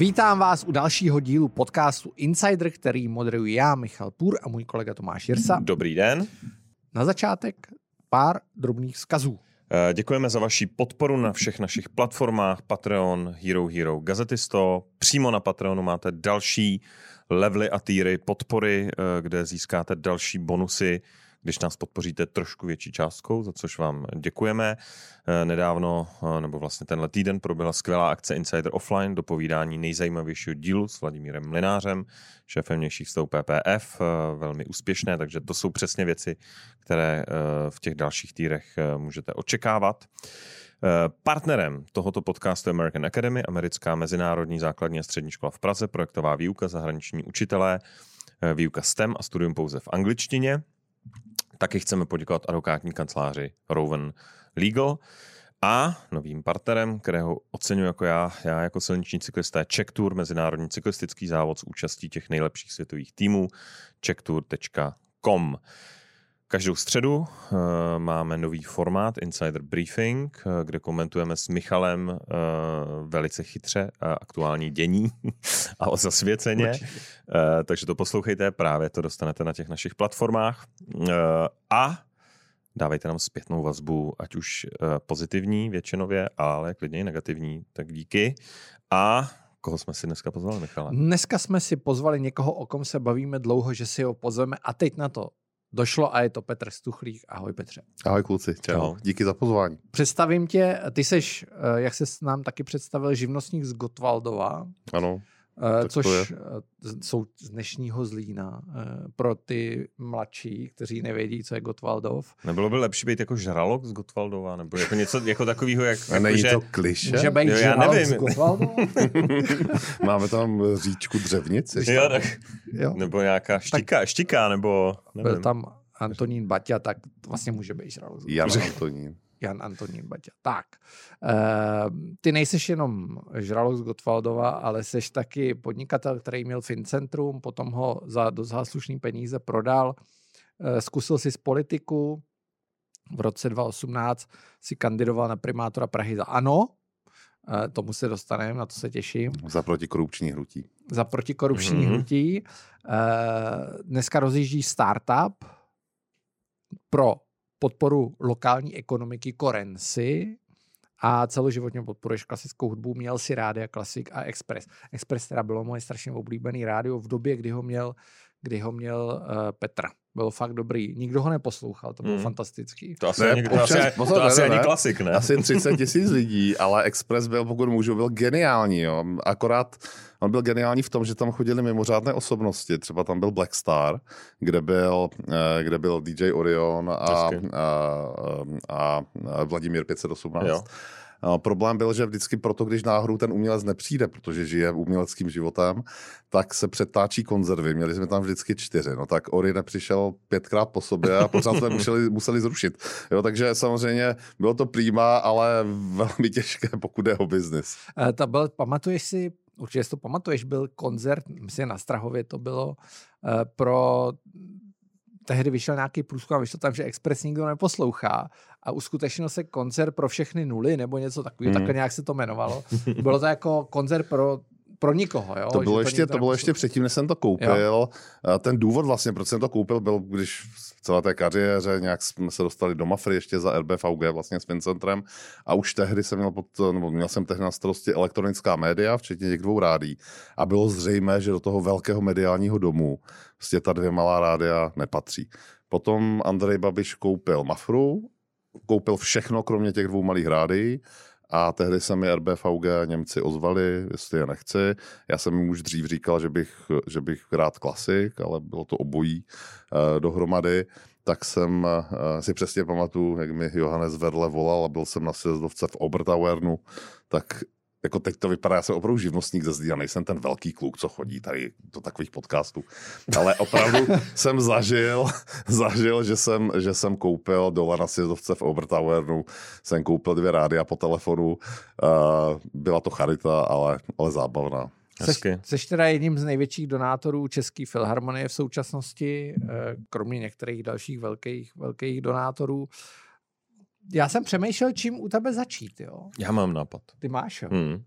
Vítám vás u dalšího dílu podcastu Insider, který moderuji já, Michal Půr, a můj kolega Tomáš Jirsa. Dobrý den. Na začátek pár drobných vzkazů. Děkujeme za vaši podporu na všech našich platformách Patreon, Hero, Gazetisto. Přímo na Patreonu máte další levely a týry podpory, kde získáte další bonusy, když nás podpoříte trošku větší částkou, za což vám děkujeme. Nedávno, nebo vlastně tenhle týden, proběhla skvělá akce Insider Offline do povídání nejzajímavějšího dílu s Vladimírem Mlynářem, šéfem vnějších vztahů PPF, velmi úspěšné, takže to jsou přesně věci, které v těch dalších týrech můžete očekávat. Partnerem tohoto podcastu je American Academy, americká mezinárodní základní a střední škola v Praze, projektová výuka, zahraniční učitelé, výuka STEM a studium pouze v angličtině. Taky chceme poděkovat advokátní kanceláři Rowan Legal a novým partnerem, kterého oceňuji jako já jako silniční cyklista, je Czech Tour, mezinárodní cyklistický závod s účastí těch nejlepších světových týmů, czechtour.com. Každou středu máme nový formát Insider Briefing, kde komentujeme s Michalem velice chytře aktuální dění a zasvěceně. Takže to poslouchejte, právě to dostanete na těch našich platformách. A dávejte nám zpětnou vazbu, ať už pozitivní většinově, ale klidně i negativní, tak díky. A koho jsme si dneska pozvali, Michala? Dneska jsme si pozvali někoho, o kom se bavíme dlouho, že si ho pozveme, a teď na to došlo, a je to Petr Stuchlík. Ahoj, Petře. Ahoj, kluci. Čau. Díky za pozvání. Představím tě, ty seš, jak se nám taky představil, živnostník z Gottwaldova. Ano. Což jsou z dnešního Zlína. Pro ty mladší, kteří nevědí, co je Gottwaldov. Nebylo by lepší být jako žralok z Gottwaldova? Nebo jako něco jako takového, jak... A není to klišé? Může být žralok z Gottwaldova? Máme tam říčku Dřevnic? Jo, tak, jo. Nebo nějaká štika, nebo... Nevím. Byl tam Antonín Baťa, tak vlastně může být žralok. Jan Antonín Baťa. Tak, ty nejseš jenom žralok z Gottwaldova, ale seš taky podnikatel, který měl Fincentrum, potom ho za docela slušný peníze prodal. Zkusil si z politiku, v roce 2018 si kandidoval na primátora Prahy za ANO, tomu se dostaneme, na to se těším. Za protikorupční hnutí. Za protikorupční hnutí. Dneska rozjíždí startup pro podporu lokální ekonomiky Korenci a celoživotně podporuješ klasickou hudbu. Měl si Rádia Klasik a Express. Express teda bylo moje strašně oblíbený rádio v době, kdy ho měl Petr. Byl fakt dobrý. Nikdo ho neposlouchal, to bylo fantastický. To asi ani klasik, ne? Asi 30 000 lidí, ale Express byl, pokud můžu, byl geniální. Jo. Akorát on byl geniální v tom, že tam chodili mimořádné osobnosti. Třeba tam byl Black Star, kde byl DJ Orion a Vladimír 518. Jo. Problém byl, že vždycky proto, když náhodou ten umělec nepřijde, protože žije uměleckým životem, tak se přetáčí konzervy. Měli jsme tam vždycky 4. No tak Ori nepřišel 5krát po sobě a pořád jsme museli zrušit. Jo, takže samozřejmě bylo to prima, ale velmi těžké, pokud je o biznis. Pamatuješ si, určitě si to pamatuješ, byl koncert, myslím na Strahově to bylo, pro... Tehdy vyšel nějaký průzkum a vyšlo tam, že Express nikdo neposlouchá a uskutečnil se koncert pro všechny nuly nebo něco takového, takhle nějak se to jmenovalo. Bylo to jako koncert pro nikoho. Jo? To bylo ještě předtím, než jsem to koupil. Jo. Ten důvod vlastně, proč jsem to koupil, byl, když v celé té kariéře nějak jsme se dostali do Mafry ještě za RBVG vlastně s Fincentrem a už tehdy jsem měl jsem tehdy na starosti elektronická média, včetně těch 2 rádií. A bylo zřejmé, že do toho velkého mediálního domu vlastně ta 2 malá rádia nepatří. Potom Andrej Babiš koupil Mafru, koupil všechno, kromě těch 2 malých rádií. A tehdy se mi RBVG Němci ozvali, jestli je nechci. Já jsem jim už dřív říkal, že bych rád klasik, ale bylo to obojí dohromady. Tak jsem si přesně pamatuju, jak mi Johannes Verle volal a byl jsem na sjezdovce v Obertauernu, tak jako teď to vypadá, já jsem opravdu živnostník ze Zlína, nejsem ten velký kluk, co chodí tady do takových podcastů. Ale opravdu jsem zažil, že jsem koupil dole na sjezdovce v Obertauernu, jsem koupil 2 rádia po telefonu. Byla to charita, ale zábavná. Seš teda jedním z největších donátorů České filharmonie v současnosti, kromě některých dalších velkých donátorů. Já jsem přemýšlel, čím u tebe začít, jo? Já mám nápad. Ty máš, jo?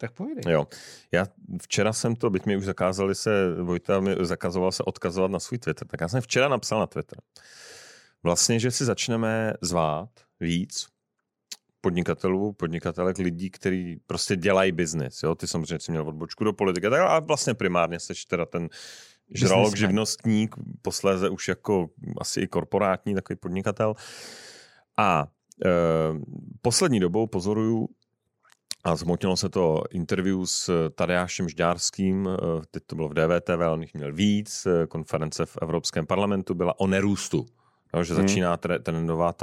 Tak povídej. Jo. Já včera jsem to, byť mi už Vojta mi zakazoval se odkazovat na svůj Twitter, tak já jsem včera napsal na Twitter. Vlastně, že si začneme zvát víc podnikatelek, lidí, kteří prostě dělají biznis. Jo? Ty samozřejmě si měl odbočku do politiky, a vlastně primárně seš teda ten žralok, živnostník, posléze už jako asi i korporátní takový podnikatel. A poslední dobou pozoruju, a zhmotnilo se to interview s Tadeášem Žďárským, teď to bylo v DVTV, on jich měl víc, konference v Evropském parlamentu byla o nerůstu, jo, že začíná trendová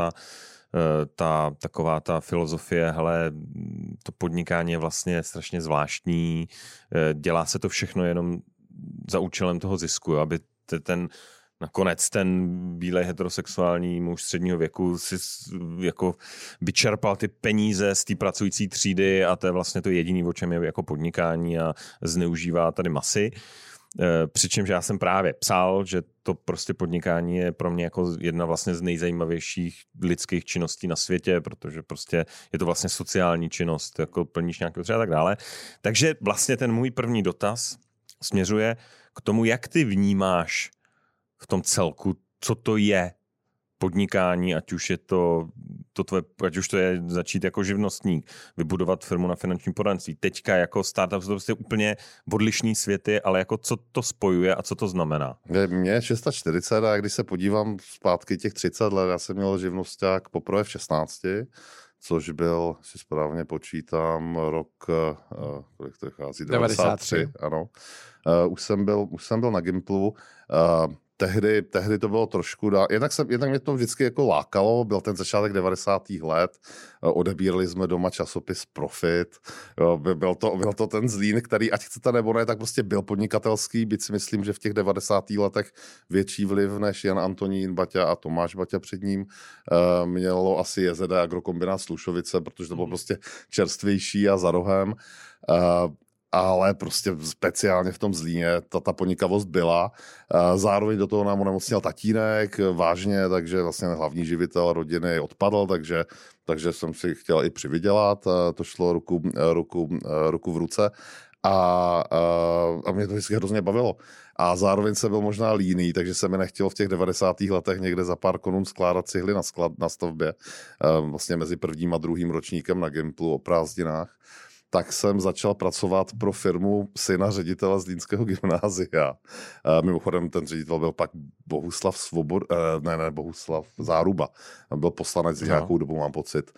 taková ta filozofie, hele, to podnikání je vlastně strašně zvláštní, dělá se to všechno jenom za účelem toho zisku, aby nakonec ten bílej heterosexuální muž středního věku si jako vyčerpal ty peníze z té pracující třídy a to je vlastně to jediný, o čem je jako podnikání a zneužívá tady masy. Přičemž já jsem právě psal, že to prostě podnikání je pro mě jako jedna vlastně z nejzajímavějších lidských činností na světě, protože prostě je to vlastně sociální činnost, jako plníš nějaké potřeby a tak dále. Takže vlastně ten můj první dotaz směřuje k tomu, jak ty vnímáš v tom celku, co to je podnikání, ať už je ať už to je začít jako živnostník, vybudovat firmu na finančním poradenství. Teďka jako startup, to prostě úplně odlišný světy, ale jako co to spojuje a co to znamená? Mně je 640 a když se podívám zpátky těch 30 let, já jsem měl živnosťák poprvé v 16, což byl, si správně počítám, rok, kolik to vychází? 93. Ano. Už jsem byl na Gimplu. Tehdy to bylo trošku jednak mě to vždycky jako lákalo, byl ten začátek 90. let, odebírali jsme doma časopis Profit, byl to ten Zlín, který, ať chcete nebo ne, tak prostě byl podnikatelský, byť si myslím, že v těch 90. letech větší vliv než Jan Antonín Baťa a Tomáš Baťa před ním mělo asi JZD Agrokombinát Slušovice, protože to bylo prostě čerstvější a za rohem. Ale prostě speciálně v tom Zlíně ta podnikavost byla. Zároveň do toho nám onemocněl tatínek vážně, takže vlastně hlavní živitel rodiny odpadl, takže jsem si chtěl i přivydělat. To šlo ruku v ruce a mě to vždycky hrozně bavilo. A zároveň jsem byl možná líný, takže se mi nechtělo v těch 90. letech někde za pár korun skládat cihly na stavbě, vlastně mezi prvním a druhým ročníkem na Gimplu o prázdninách. Tak jsem začal pracovat pro firmu syna ředitele Zlínského gymnázia. Mimochodem ten ředitel byl pak Bohuslav Bohuslav Záruba. Byl poslanec nějakou dobu, mám pocit.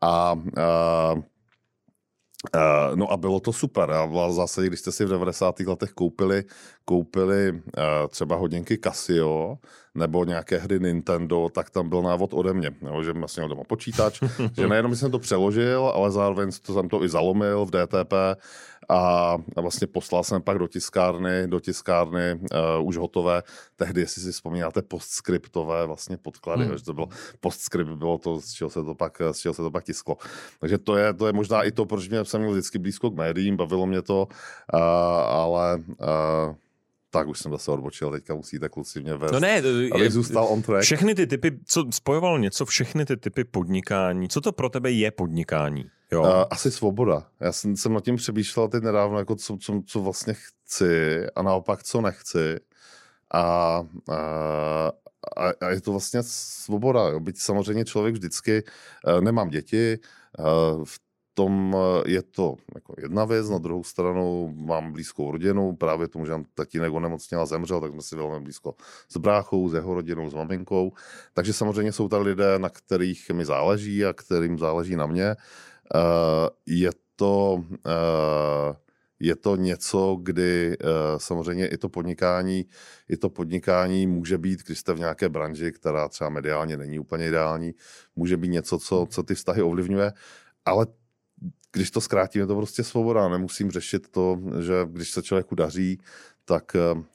No a bylo to super. A v zásadě, když jste si v 90. letech koupili třeba hodinky Casio nebo nějaké hry Nintendo, tak tam byl návod ode mě. Jo, že vlastně měl doma počítač, že nejenom jsem to přeložil, ale zároveň jsem to i zalomil v DTP a vlastně poslal jsem pak do tiskárny už hotové. Tehdy, jestli si vzpomínáte, postscriptové vlastně podklady, že to bylo postscript, bylo to, z čeho se to pak tisklo. Takže to je možná i to, proč jsem měl vždycky blízko k médiím, bavilo mě to, ale tak už jsem zase odbočil, teďka musíte kluci mě vést, abych zůstal on track. Všechny ty typy, co spojovalo něco, všechny ty typy podnikání, co to pro tebe je podnikání? Jo. Asi svoboda. Já jsem nad tím přemýšlel teď nedávno, jako co vlastně chci a naopak co nechci. A je to vlastně svoboda. Jo. Byť samozřejmě člověk vždycky, nemám děti, v tom je to jako jedna věc, na druhou stranu mám blízkou rodinu, právě tomu, že tatínek onemocněl a zemřel, tak jsme si velmi blízko s bráchou, s jeho rodinou, s maminkou. Takže samozřejmě jsou tady lidé, na kterých mi záleží a kterým záleží na mě. Je to něco, kdy samozřejmě i to podnikání může být, když jste v nějaké branži, která třeba mediálně není úplně ideální, může být něco, co ty vztahy ovlivňuje, ale když to zkrátím, je to prostě svoboda. Nemusím řešit to, že když se člověku daří, tak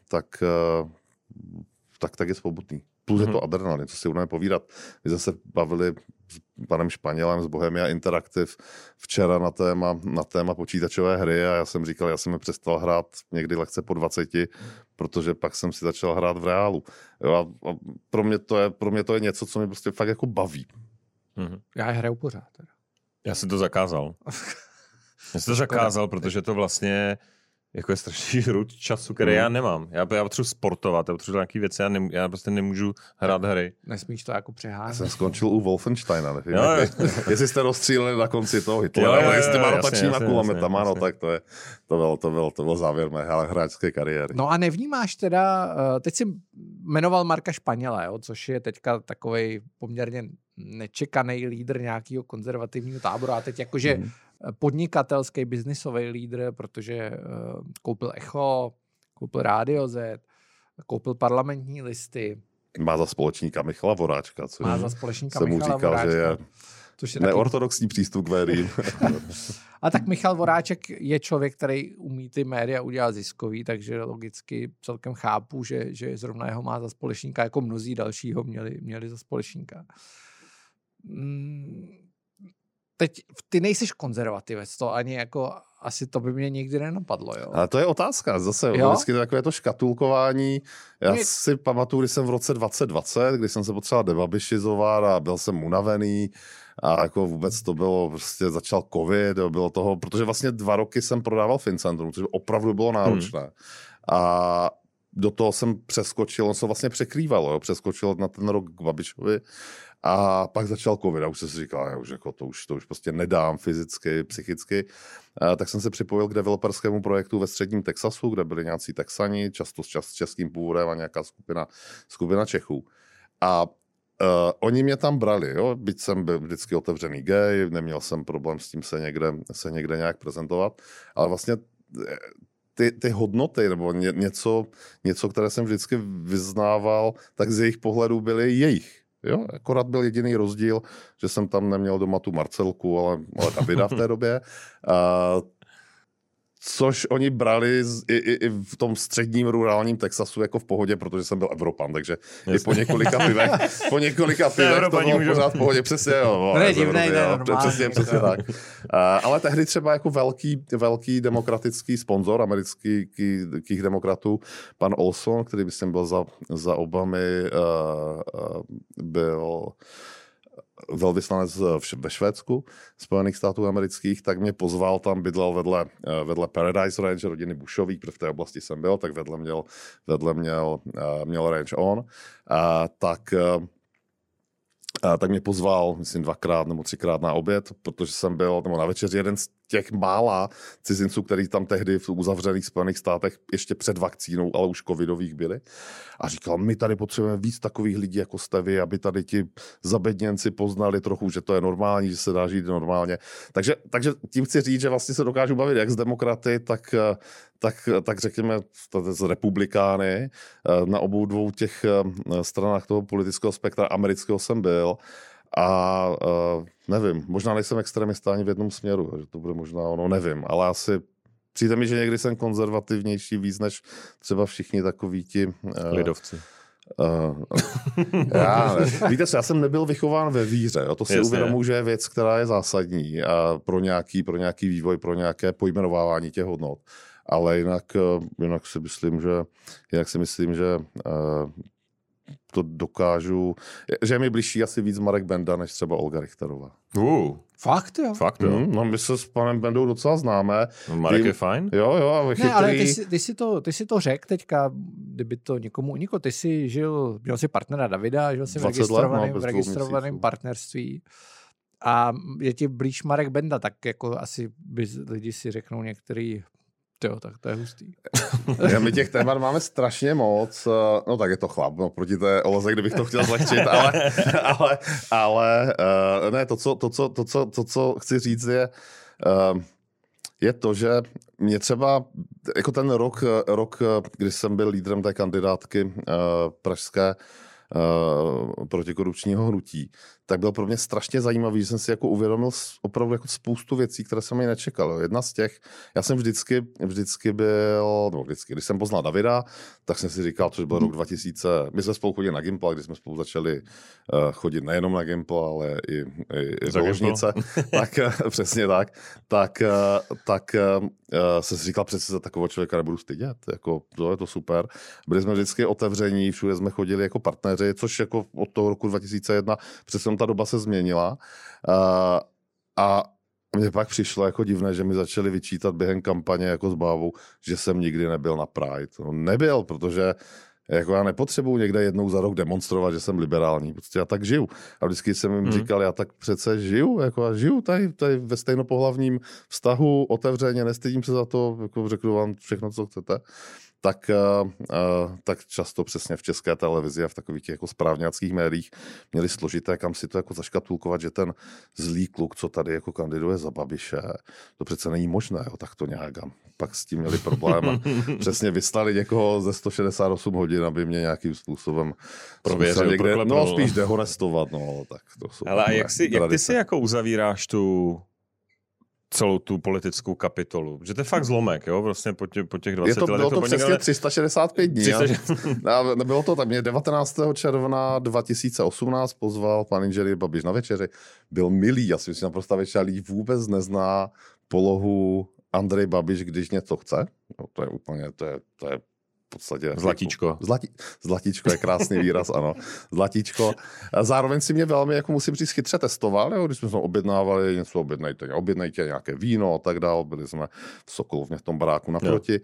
je svobodný. Plus je to adrenalin, co si budeme povídat. My jsme se bavili s panem Španělem z Bohemia Interactive včera na téma počítačové hry a já jsem říkal, já jsem je přestal hrát někdy lehce po 20, protože pak jsem si začal hrát v reálu. Jo, a pro mě to je něco, co mě prostě fakt jako baví. Já je hraju pořád. Já si to zakázal. Já jsem to zakázal, protože to vlastně jako je strašný hrud času, který já nemám. Já potřebuji sportovat, já potřebuji nějaký věci, já prostě nemůžu hrát hry. Nesmíš to jako přehánět. Já jsem skončil u Wolfensteina, nevím. Jestli jste rozstříleli na konci toho Hitlera, jestli má rotačníma kulometama, no tak to byl závěr mé hráčské kariéry. No a nevnímáš teda, teď jsi jmenoval Marka Španěla, jo, což je teďka takovej poměrně nečekaný lídr nějakého konzervativního tábora a teď jakože podnikatelský, biznisový lídr, protože koupil Echo, koupil Rádio Z, koupil Parlamentní listy. Má za společníka Michala Voráčka, což má za společníka jsem mu říkal, Voráčka, že je neortodoxní přístup k médiím. A tak Michal Voráček je člověk, který umí ty média udělat ziskový, takže logicky celkem chápu, že zrovna jeho má za společníka, jako mnozí dalšího měli za společníka. Teď ty nejsiš konzervativec, to ani jako asi to by mě nikdy nenapadlo, jo. Ale to je otázka, zase vždycky takové to škatulkování. Já si pamatuju, když jsem v roce 2020, kdy jsem se potřeboval debabišizovat a byl jsem unavený a jako vůbec to bylo, prostě začal covid, bylo toho, protože vlastně 2 roky jsem prodával Fincentrum, což opravdu bylo náročné. A do toho jsem přeskočil, on se vlastně překrývalo, přeskočil na ten rok k Babišovi a pak začal covid a už jsem si říkal, já už jako to už prostě nedám fyzicky, psychicky. Tak jsem se připojil k developerskému projektu ve středním Texasu, kde byli nějací Texani, často s českým původem a nějaká skupina Čechů. A oni mě tam brali, jo? Byť jsem byl vždycky otevřený gay, neměl jsem problém s tím se někde nějak prezentovat, ale vlastně ty hodnoty nebo něco, které jsem vždycky vyznával, tak z jejich pohledu byly jejich. Jo? Akorát byl jediný rozdíl, že jsem tam neměl doma tu Marcelku, ale Davida v té době. Což oni brali i v tom středním rurálním Texasu jako v pohodě, protože jsem byl Evropan, takže i po několika pivech to bylo pořád v pohodě. Přesně, jo. Přesně tak. Ale tehdy třeba jako velký demokratický sponzor amerických demokratů, pan Olson, který myslím byl za Obamy, byl velvyslanec ve Švédsku, Spojených států amerických, tak mě pozval, tam bydlel vedle Paradise Ranch, rodiny Bushových, protože v té oblasti jsem byl, tak vedle měl ranch on. Tak mě pozval, myslím 2krát nebo 3krát na oběd, protože jsem byl, nebo na večeři, jeden z těch mála cizinců, který tam tehdy v uzavřených Spojených státech ještě před vakcínou, ale už covidových byli. A říkal, my tady potřebujeme víc takových lidí, jako jste vy, aby tady ti zabedněnci poznali trochu, že to je normální, že se dá žít normálně. Takže tím chci říct, že vlastně se dokážu bavit jak s demokraty, tak řekněme s republikány. Na obou dvou těch stranách toho politického spektra amerického jsem byl. A nevím, možná nejsem extremista ani v jednom směru, že to bude možná ono, nevím, ale asi přijde mi, že někdy jsem konzervativnější víc než třeba všichni takoví ti lidovci. Víte co, já jsem nebyl vychován ve víře, to si uvědomuji, že je věc, která je zásadní pro nějaký vývoj, pro nějaké pojmenovávání těch hodnot. Ale jinak si myslím, že to dokážu, že je mi blížší asi víc Marek Benda, než třeba Olga Richterová. Fakt jo? No my se s panem Bendou docela známe. No, Marek je fajn? Jo, chytrý. Ne, ale ty si to řekl teďka, kdyby to někomu uniklo. Ty jsi měl si partnera Davida, žil jsi v registrovaném partnerství. A je ti blíž Marek Benda, tak jako asi lidi si řeknou některý, jo, tak to je hustý. My těch témat máme strašně moc. No tak je to chlap, no, proti té Olze, kdybych to chtěl zlehčit, ale ne, to, co chci říct, je to, že mě třeba jako ten rok, kdy jsem byl lídrem té kandidátky pražské protikorupčního hnutí, tak byl pro mě strašně zajímavý, že jsem si jako uvědomil opravdu jako spoustu věcí, které jsem ani nečekal. Jedna z těch, já jsem vždycky byl, když jsem poznal Davida, tak jsem si říkal, což byl rok 2000, my jsme spolu chodili na Gimpl, když jsme spolu začali chodit nejenom na Gimpl, ale i do ložnice, tak přesně tak jsem si říkal, přece za takového člověka nebudu stydět, jako to je to super. Byli jsme vždycky otevření, všude jsme chodili jako partneři, což jako od toho roku 2001 přesně ta doba se změnila a Mně pak přišlo jako divné, že mi začali vyčítat během kampaně jako s bávou, že jsem nikdy nebyl na Pride. No, nebyl, protože jako já nepotřebuji někde jednou za rok demonstrovat, že jsem liberální. Prostě já tak žiju. A vždycky jsem jim říkal, já tak přece žiju. Jako já žiju tady ve stejnopohlavním vztahu, otevřeně, nestydím se za to, jako řeknu vám všechno, co chcete. Tak často přesně v České televizi a v takových jako správňáckých médiích měli složité, kam si to jako zaškatulkovat, že ten zlý kluk, co tady jako kandiduje za Babiše, to přece není možné, jo, tak to nějak. Pak s tím měli problém a přesně vyslali někoho ze 168 hodin, aby mě nějakým způsobem prověřil, někde, spíš dehonestovat, no, tak to jsou. Ale a jak ty si jako uzavíráš celou tu politickou kapitolu. Že to je fakt zlomek, jo? Vlastně po těch 20 letech. Bylo to přesně 365 dní. Nebylo to tak. Mě 19. června 2018 pozval pan inženýr Babiš na večeři. Byl milý. Já si myslím, že naprosto většina lidí vůbec nezná polohu Andrej Babiš, když něco chce. No, to je úplně, to je v podstatě... Zlatíčko. Zlatíčko je krásný výraz, ano. Zlatíčko. Zároveň si mě velmi, jako musím říct, chytře testoval, jo? Když jsme objednávali něco, objednejte nějaké víno a tak dále. Byli jsme v Sokolovně v tom baráku naproti.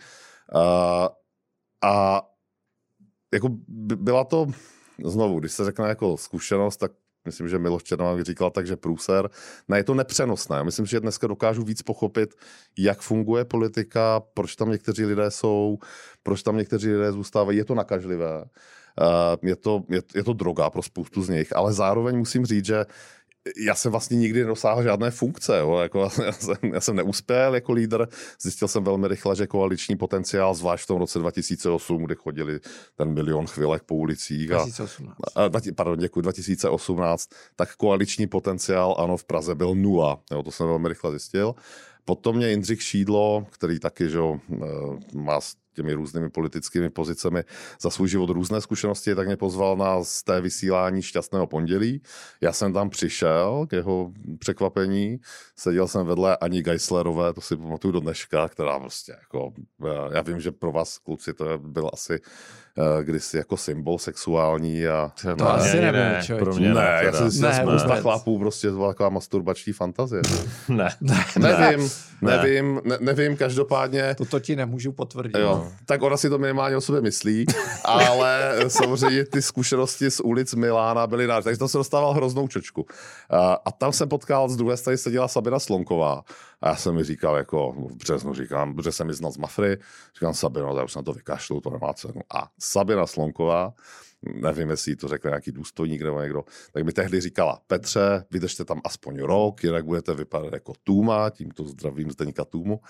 A jako byla to, znovu, když se řekne jako zkušenost, tak myslím, že Miloš Černoch říkal tak, že průser. Ne, je to nepřenosné. Myslím, že dneska dokážu víc pochopit, jak funguje politika, proč tam někteří lidé jsou, proč tam někteří lidé zůstávají. Je to nakažlivé. Je to droga pro spoustu z nich, ale zároveň musím říct, že já jsem vlastně nikdy nedosáhl žádné funkce. Jo. Jako, já jsem neuspěl jako lídr. Zjistil jsem velmi rychle, že koaliční potenciál, zvlášť v tom roce 2008, kdy chodili ten 1 milion chvilek po ulicích. 2018. Tak koaliční potenciál, ano, v Praze byl 0. Jo, to jsem velmi rychle zjistil. Potom mě Jindřich Šídlo, který taky, že má těmi různými politickými pozicemi za svůj život různé zkušenosti, tak mě pozval na z té vysílání Šťastného pondělí. Já jsem tam přišel k jeho překvapení, seděl jsem vedle Ani Geislerové, to si pamatuju do dneška, která prostě jako, já vím, že pro vás kluci to byl asi kdysi jako symbol sexuální a... To asi nevím, pro mě ne, já si spousta chlapů, prostě to byla taková masturbační fantazie. Nevím, každopádně... To ti nemůžu potvrdit. Jo, tak ona si to minimálně o sobě myslí, ale samozřejmě ty zkušenosti z ulic Milána byly náš, takže tam se dostával hroznou čočku. A tam jsem potkal, z druhé strany seděla Sabina Slonková. A já jsem mi říkal, jako v březnu protože jsem ji znal z Mafry, říkám Sabino, tak už na to vykašlu, to nemá cenu. A Sabina Slonková, nevím, jestli to řekl nějaký důstojník nebo někdo, tak mi tehdy říkala, Petře, vydržte tam aspoň rok, jinak budete vypadat jako Tůma, tímto zdravím Zdeňka Tůmu.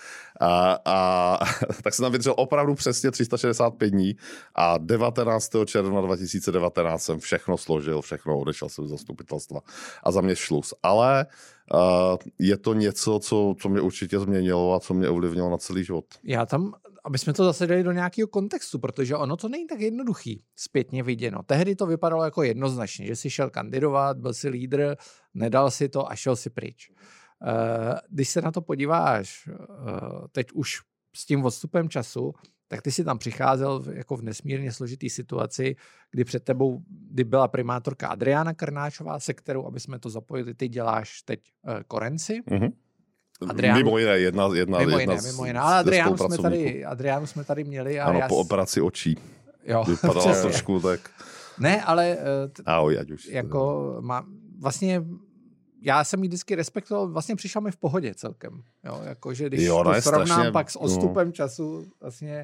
A tak jsem tam vydržel opravdu přesně 365 dní a 19. června 2019 jsem všechno složil, všechno odešel jsem z zastupitelstva a za mě šluz. Ale je to něco, co mě určitě změnilo a co mě ovlivnilo na celý život. Já tam, aby jsme to zase dali do nějakého kontextu, protože ono to není tak jednoduchý zpětně viděno. Tehdy to vypadalo jako jednoznačně, že jsi šel kandidovat, byl jsi lídr, nedal si to a šel si pryč. Když se na to podíváš teď už s tím odstupem času, tak ty si tam přicházel jako v nesmírně složitý situaci, kdy před tebou, kdy byla primátorka Adriána Krnáčová, se kterou, aby jsme to zapojili, ty děláš teď Korenci. Mm-hmm. Mimo jiné, jedna ale Adriánu jsme tady měli. A ano, po operaci očí. Jo. Vypadala trošku tak. Ne, ale ahoj, ať už. Jako vlastně já jsem ji vždycky respektoval, vlastně přišla mi v pohodě celkem. Jo, jakože když to srovnám pak s odstupem času, vlastně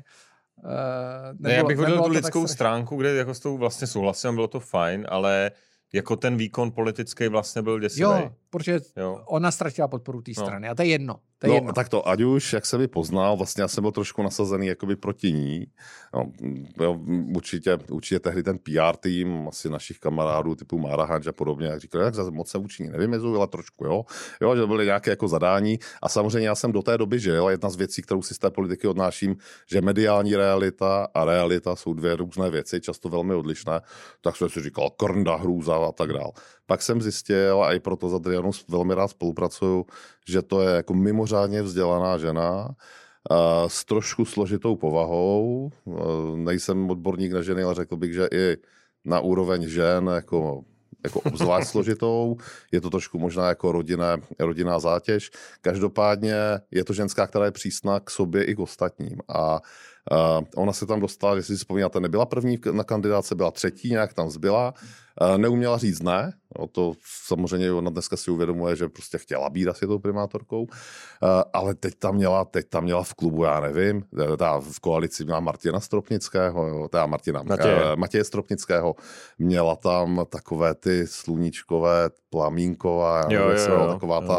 já bych hodil tu lidskou stránku, kde jako s tou vlastně souhlasím, bylo to fajn, ale jako ten výkon politický vlastně byl děsivý. Jo, protože ona ztratila podporu té strany a to je jedno. Tak to ať už, jak jsem ji poznal, vlastně já jsem byl trošku nasazený jakoby proti ní. No, určitě tehdy ten PR tým, asi našich kamarádů typu Mára Hanč a podobně, jak říkali, jak moc se vůči ní nevymezuju, ale trošku, jo, že byly nějaké jako zadání a samozřejmě já jsem do té doby žil a jedna z věcí, kterou si z té politiky odnáším, že mediální realita a realita jsou dvě různé věci, často velmi odlišné, tak jsem si říkal Krnda, hrůza a tak dál. Pak jsem zjistil, a i proto s Adrianou velmi rád spolupracuju, že to je jako mimořádně vzdělaná žena s trošku složitou povahou. Nejsem odborník na ženy, ale řekl bych, že i na úroveň žen jako jako obzvlášť složitou, je to trošku možná jako rodinná zátěž. Každopádně je to ženská, která je přísná k sobě i k ostatním a ona se tam dostala, jestli si vzpomínáte, nebyla první na kandidáce, byla třetí, nějak tam zbyla. Neuměla říct ne, to samozřejmě ona dneska si uvědomuje, že prostě chtěla být asi tou primátorkou, ale teď tam měla v klubu, já nevím, v koalici měla Martina Stropnického, Matěje Stropnického, měla tam takové ty sluníčkové Plamínková, taková ta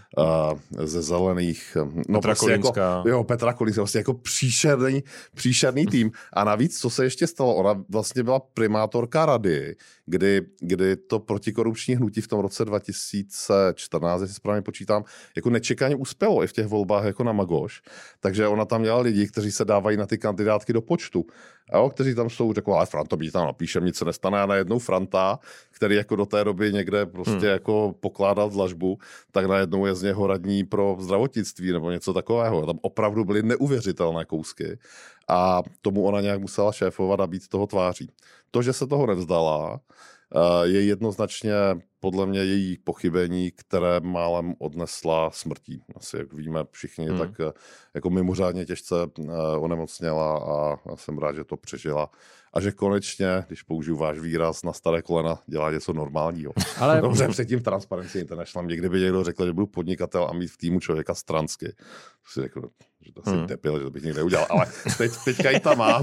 ze zelených, no Petra Kolínská. Petra Kolínská, vlastně jako příšerný tým. A navíc, co se ještě stalo, ona vlastně byla primátorka rady, kdy to protikorupční hnutí v tom roce 2014, jestli správně počítám, jako nečekaně uspělo i v těch volbách jako na Magoš. Takže ona tam měla lidi, kteří se dávají na ty kandidátky do počtu. Kteří tam jsou, řekl, ale Franto, byť tam napíšem, nic se nestane, a najednou Franta, který jako do té doby někde prostě jako pokládal dlažbu, tak najednou je z něho radní pro zdravotnictví nebo něco takového. Tam opravdu byly neuvěřitelné kousky a tomu ona nějak musela šéfovat a být toho tváří. To, že se toho nevzdala, je jednoznačně podle mě její pochybení, které málem odnesla smrtí. Asi, jak víme všichni, tak jako mimořádně těžce onemocněla a jsem rád, že to přežila. A že konečně, když použiju váš výraz, na staré kolena dělá něco normálního. Ale dobře, předtím Transparency International. Někdy by někdo řekl, že budu podnikatel a mít v týmu člověka stransky. Si řekl, že to asi depil, že to bych nikdy neudělal. Ale teďka ji tam mám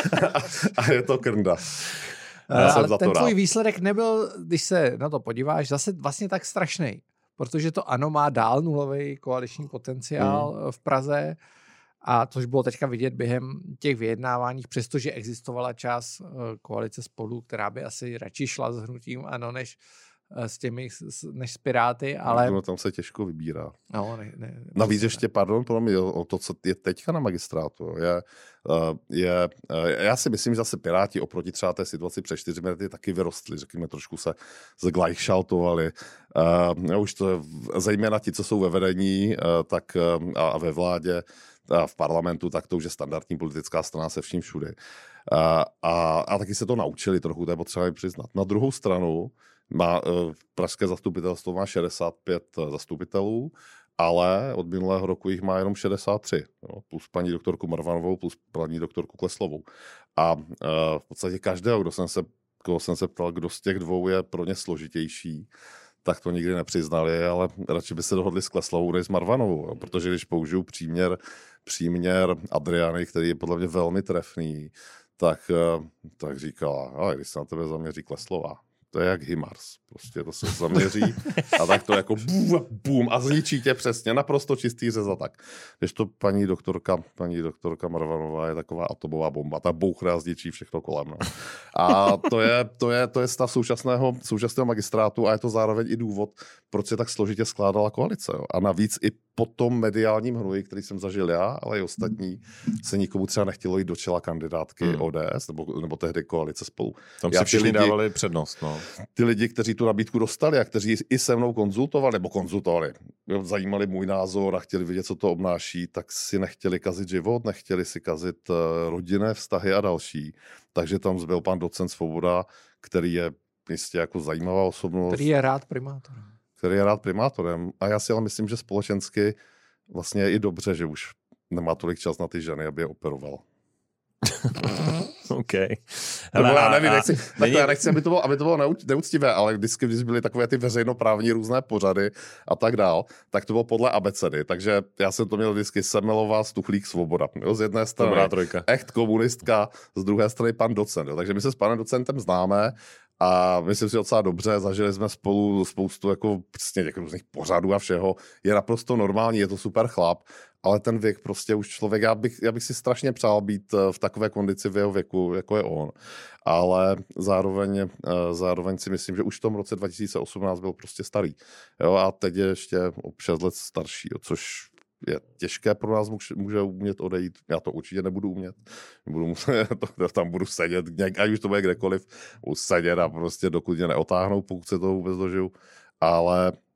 a je to krnda. Ale ten tvůj výsledek nebyl, když se na to podíváš, zase vlastně tak strašný, protože to ANO má dál nulový koaliční potenciál v Praze, a což bylo teďka vidět během těch vyjednávání, přestože existovala část koalice Spolu, která by asi radši šla s hnutím ANO než s Piráty, ale... No, tam se těžko vybírá. No, navíc ještě, o to, co je teďka na magistrátu, já si myslím, že zase Piráti oproti třeba té situaci před 4 lety taky vyrostli, řekněme, trošku se zglajšaltovali. Už to zejména ti, co jsou ve vedení tak a ve vládě, a v parlamentu, tak to už je standardní politická strana se vším všude. A taky se to naučili trochu, to je potřeba přiznat. Na druhou stranu pražské zastupitelstvo má 65 zastupitelů, ale od minulého roku jich má jenom 63, plus paní doktorku Marvanovou, plus paní doktorku Kleslovou. A v podstatě každého, koho jsem se ptal, kdo z těch dvou je pro ně složitější, tak to nikdy nepřiznali, ale radši by se dohodli s Kleslovou než s Marvanovou, protože když použiju příměr Adriany, který je podle mě velmi trefný, tak říkala, ale když se na tebe zaměří Kleslová, to je jak HIMARS. Prostě to se zaměří a tak to jako bum a zničí tě přesně, naprosto čistý řez a tak. Když to paní doktorka Marvanová je taková atomová bomba, ta bouchne a zničí všechno kolem. No. A to je stav současného magistrátu a je to zároveň i důvod, proč se tak složitě skládala koalice. Jo. A navíc i po tom mediálním hnoji, který jsem zažil já, ale i ostatní, se nikomu třeba nechtělo jít do čela kandidátky ODS nebo tehdy koalice Spolu. Tam si všichni dávali přednost. No. Ty lidi, kteří tu nabídku dostali a kteří i se mnou konzultovali, zajímali můj názor a chtěli vidět, co to obnáší, tak si nechtěli kazit život, nechtěli si kazit rodinné vztahy a další. Takže tam zbyl pan docent Svoboda, který je jistě jako zajímavá osobnost. Který je rád primátorem. A já si ale myslím, že společensky vlastně je i dobře, že už nemá tolik čas na ty ženy, aby je operoval. OK. Já nechci, aby to bylo neúctivé, ale když byly takové ty veřejnoprávní různé pořady a tak dál, tak to bylo podle abecedy. Takže já jsem to měl vždycky Semelová, Stuchlík, Svoboda. Jo, z jedné strany echt komunistka, z druhé strany pan docent. Jo. Takže my se s panem docentem známe a myslím si docela dobře, zažili jsme spolu spoustu jako prostě těch různých pořadů a všeho. Je naprosto normální, je to super chlap, ale ten věk prostě už člověk, já bych si strašně přál být v takové kondici v jeho věku, jako je on. Ale zároveň si myslím, že už v tom roce 2018 byl prostě starý. Jo, a teď je ještě o 6 let starší, jo, což je těžké pro nás, může umět odejít. Já to určitě nebudu umět. Tam budu sedět, ať už to bude kdekoliv, budu sedět a prostě dokud mě neotáhnou, pokud se toho vůbec dožiju. Ale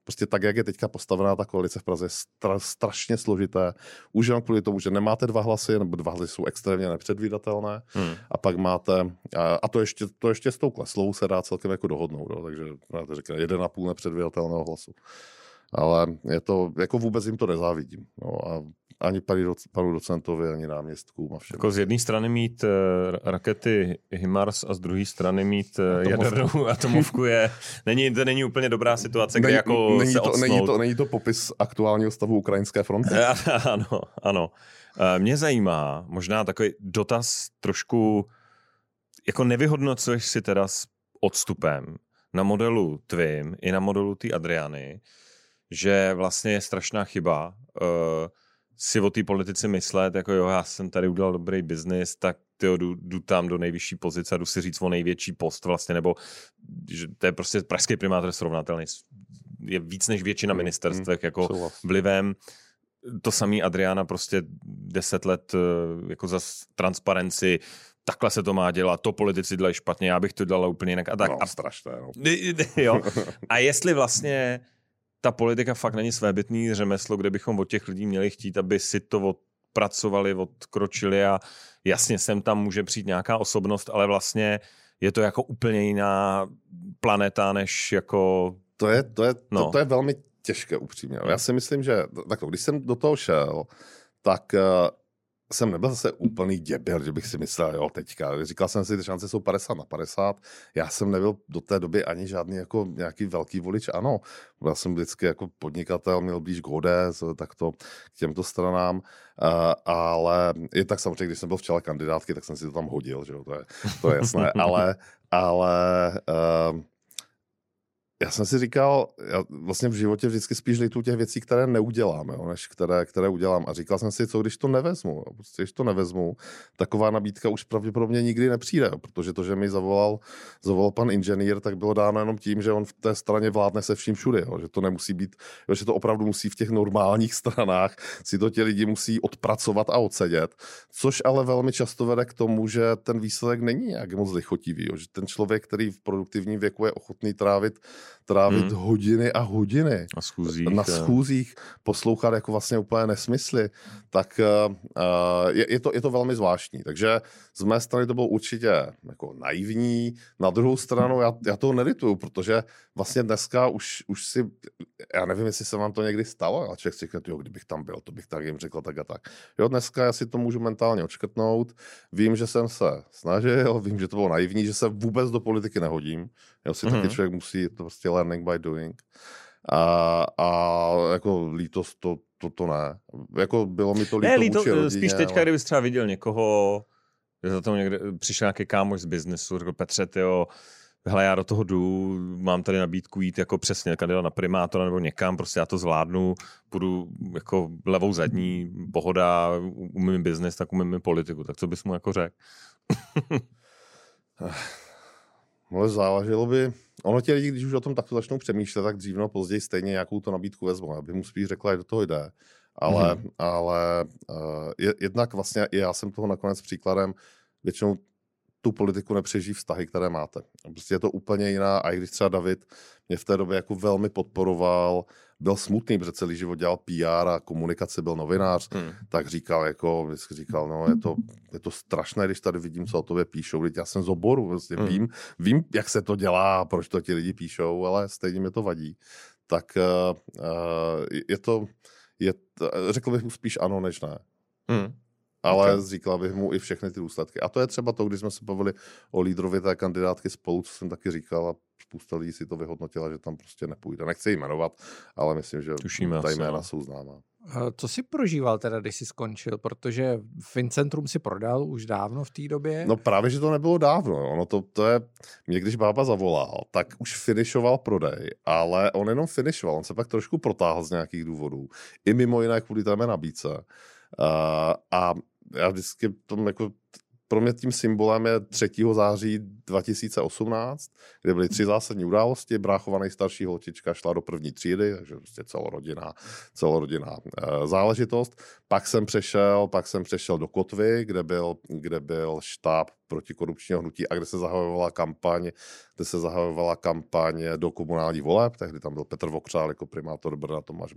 prostě tak, jak je teďka postavená ta koalice v Praze, je strašně složité. Už jenom kvůli tomu, že nemáte 2 hlasy, nebo 2 hlasy jsou extrémně nepředvídatelné, a pak máte, a to ještě s tou Kleslovou se dá celkem jako dohodnout, jo, takže máte říkat 1,5 nepředvídatelného hlasu. Ale je to, jako vůbec jim to nezávidím. No, a ani panu docentovi, ani náměstkům a všem. Jako z jedné strany mít rakety HIMARS a z druhé strany mít jadernou atomovku to není úplně dobrá situace, kde jako se odsnout. Není to popis aktuálního stavu ukrajinské fronty? Ano. Mě zajímá možná takový dotaz trošku, jako nevyhodnocuješ si teda s odstupem na modelu tvým i na modelu té Adriany, že vlastně je strašná chyba si o té politici myslet, jako jo, já jsem tady udělal dobrý biznis, tak jdu tam do nejvyšší pozice a jdu si říct o největší post vlastně, nebo že to je prostě pražský primátor srovnatelný. Je víc než většina ministerstvech jako vlivem. To samý Adriana prostě 10 let jako za transparenci, takhle se to má dělat, to politici dělají špatně, já bych to dělala úplně jinak. A tak. No, strašné. No. Jo. A jestli vlastně ta politika fakt není svébytný řemeslo, kde bychom od těch lidí měli chtít, aby si to odpracovali, odkročili a jasně sem tam může přijít nějaká osobnost, ale vlastně je to jako úplně jiná planeta, než jako... To je velmi těžké upřímně. Já si myslím, že takhle, když jsem do toho šel, tak jsem nebyl zase úplný děbil, že bych si myslel, jo, teďka. Říkal jsem si, že šance jsou 50/50. Já jsem nebyl do té doby ani žádný jako nějaký velký volič, ano. Já jsem vždycky jako podnikatel, měl blíž k ODS, tak to k těmto stranám, ale i tak samozřejmě, když jsem byl v čele kandidátky, tak jsem si to tam hodil, že jo, to je jasné, ale já jsem si říkal, já vlastně v životě vždycky spíš lituju těch věcí, které neudělám, jo, než které udělám. A říkal jsem si, co když to nevezmu. Jo. Prostě, když to nevezmu, taková nabídka už pravděpodobně nikdy nepřijde, jo, protože to, že mi zavolal pan inženýr, tak bylo dáno jenom tím, že on v té straně vládne se vším všude, jo, že to nemusí být, jo, že to opravdu musí v těch normálních stranách, si to ti lidi musí odpracovat a odsedět, což ale velmi často vede k tomu, že ten výsledek není nějak moc lichotivý, jo, že ten člověk, který v produktivním věku je ochotný trávit hodiny a hodiny na schůzích, poslouchat jako vlastně úplně nesmysly, tak je to velmi zvláštní. Takže z mé strany to bylo určitě jako naivní. Na druhou stranu já toho nelituju, protože vlastně dneska už si, já nevím, jestli se vám to někdy stalo, ale člověk si řekne, jo, kdybych tam byl, to bych tak jim řekl tak a tak. Jo, dneska já si to můžu mentálně odškrtnout. Vím, že jsem se snažil, vím, že to bylo naivní, že se vůbec do politiky nehodím. Jo, si taky člověk musí, to prostě learning by doing. A jako lítost to ne. Jako bylo mi to líto vůči rodině. Spíš teďka, kdybys třeba viděl někoho, že za tomu někde přišel nějaký kámoš z biznesu, řekl Petře, tyjo, hele, já do toho jdu, mám tady nabídku jít jako přesně kandidát na primátora nebo někam, prostě já to zvládnu, půjdu jako levou zadní, pohoda, umím biznes, tak umím politiku. Tak co bys mu jako řekl? Ale záleželo by, ono ti lidi, když už o tom takto začnou přemýšlet, tak dřív nebo později stejně nějakou tu nabídku vezmou. Já bych mu spíš řekla, jak do toho jde. Ale jednak vlastně i já jsem toho nakonec příkladem, většinou tu politiku nepřežijí vztahy, které máte. Prostě je to úplně jiná a i když třeba David mě v té době jako velmi podporoval, byl smutný, protože celý život dělal PR a komunikaci, byl novinář, tak říkal, no je to strašné, když tady vidím, co o tobě píšou, když já jsem z oboru, vlastně vím, jak se to dělá, proč to ti lidi píšou, ale stejně mi to vadí. Tak řekl bych mu spíš ano, než ne. Ale říkala bych mu i všechny ty důsledky. A to je třeba to, když jsme se bavili o lídrovi té kandidátky Spolu, co jsem taky říkal a spousta lidí si to vyhodnotila, že tam prostě nepůjde. Nechci jí jmenovat, ale myslím, že ta jména jsou známá. Co jsi prožíval teda, když jsi skončil? Protože Fincentrum si prodal už dávno v té době. No právě, že to nebylo dávno. Ono to je, mě když bába zavolal, tak už finišoval prodej, ale on jenom finišoval. On se pak trošku protáhl z nějakých důvodů. I mimo jiné kvůli té mé nabídce. A já vždycky tom jako pro mě tím symbolem je 3. září 2018, kde byly 3 zásadní události. Bráchova nejstarší holčička šla do 1. třídy, takže prostě celorodinná záležitost. Pak jsem přešel do Kotvy, kde byl štáb protikorupčního hnutí a kde se zahajovala kampaň do komunálních voleb. Tehdy tam byl Petr Vokřál jako primátor Brna, Tomáš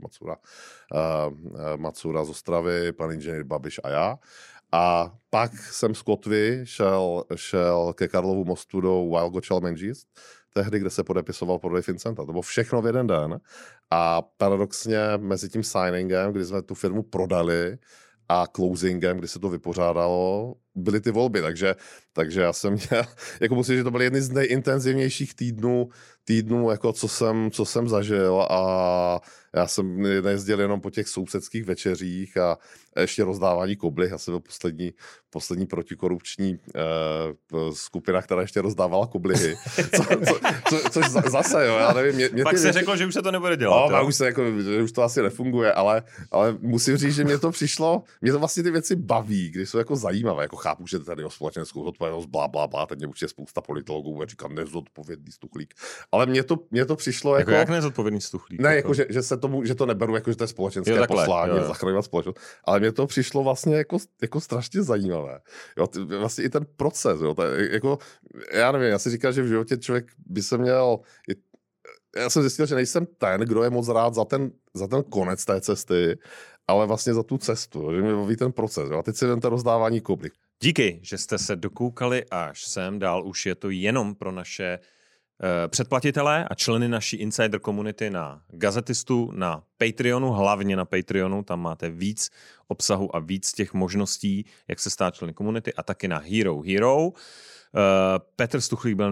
Macura z Ostravy, pan inženýr Babiš a já. A pak jsem z Kotvy šel ke Karlovu mostu do Wild Goat Challenges, tehdy, kde se podepisoval prodej Fincenta. To bylo všechno v jeden den. A paradoxně mezi tím signingem, kdy jsme tu firmu prodali, a closingem, kdy se to vypořádalo, byly ty volby, takže já jsem měl, jako musím říct, že to byly jedny z nejintenzivnějších týdnů jako co jsem zažil a já jsem nejezdil jenom po těch sousedských večeřích a ještě rozdávání koblih. Já jsem byl poslední protikorupční skupina, která ještě rozdávala koblihy. Což zase, jo, já nevím. Pak se řeklo, že už se to nebude dělat. No, že už to asi nefunguje, ale musím říct, že mě to vlastně ty věci baví, když jsou jako zajímavé, jako chápu, že tady o společenskou zodpovědnost, blá, teď mě určitě spousta politologů bude říkat nezodpovědný stuchlík. Ale mně to přišlo jako... Jak nezodpovědný stuchlík? Ne, jako že to neberu, jako že to je společenské poslání, zachraňovat společnost. Ale mně to přišlo vlastně jako strašně zajímavé. Jo, vlastně i ten proces, jo, jako, já nevím, já si říkal, že v životě člověk by se měl... Já jsem zjistil, že nejsem ten, kdo je moc rád za ten konec té cesty, ale vlastně za tu cestu, že mě baví ten proces. Jo. A teď si jen to rozdávání koblih. Díky, že jste se dokoukali až sem, dál už je to jenom pro naše předplatitelé a členy naší insider komunity na Gazetistu, na Patreonu, hlavně na Patreonu, tam máte víc obsahu a víc těch možností, jak se stát členy komunity, a taky na Hero. Petr Stuchlík byl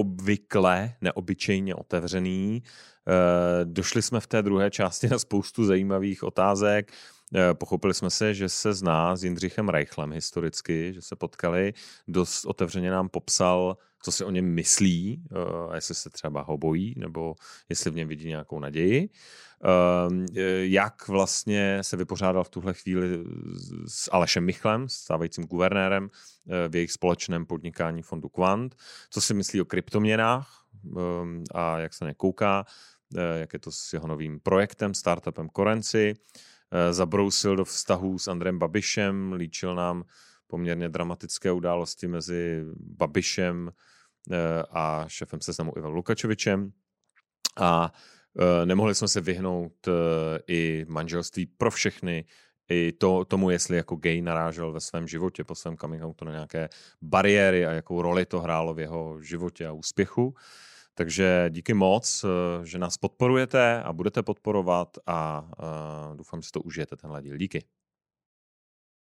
neobyčejně otevřený. Došli jsme v té druhé části na spoustu zajímavých otázek. Pochopili jsme se, že se zná s Jindřichem Reichlem historicky, že se potkali. Dost otevřeně nám popsal, co si o něm myslí, a jestli se třeba ho bojí, nebo jestli v něm vidí nějakou naději. Jak vlastně se vypořádal v tuhle chvíli s Alešem Michlem, stávajícím guvernérem, v jejich společném podnikání fondu Quant. Co si myslí o kryptoměnách a jak se nekouká, jak je to s jeho novým projektem, startupem Currency. Zabrousil do vztahů s Andrejem Babišem, líčil nám poměrně dramatické události mezi Babišem a šéfem Seznamu Ivanem Lukačevičem. A nemohli jsme se vyhnout i manželství pro všechny, i tomu, jestli jako gay narážel ve svém životě po svém coming outu na nějaké bariéry a jakou roli to hrálo v jeho životě a úspěchu. Takže díky moc, že nás podporujete a budete podporovat a doufám, že to užijete tenhle díl. Díky.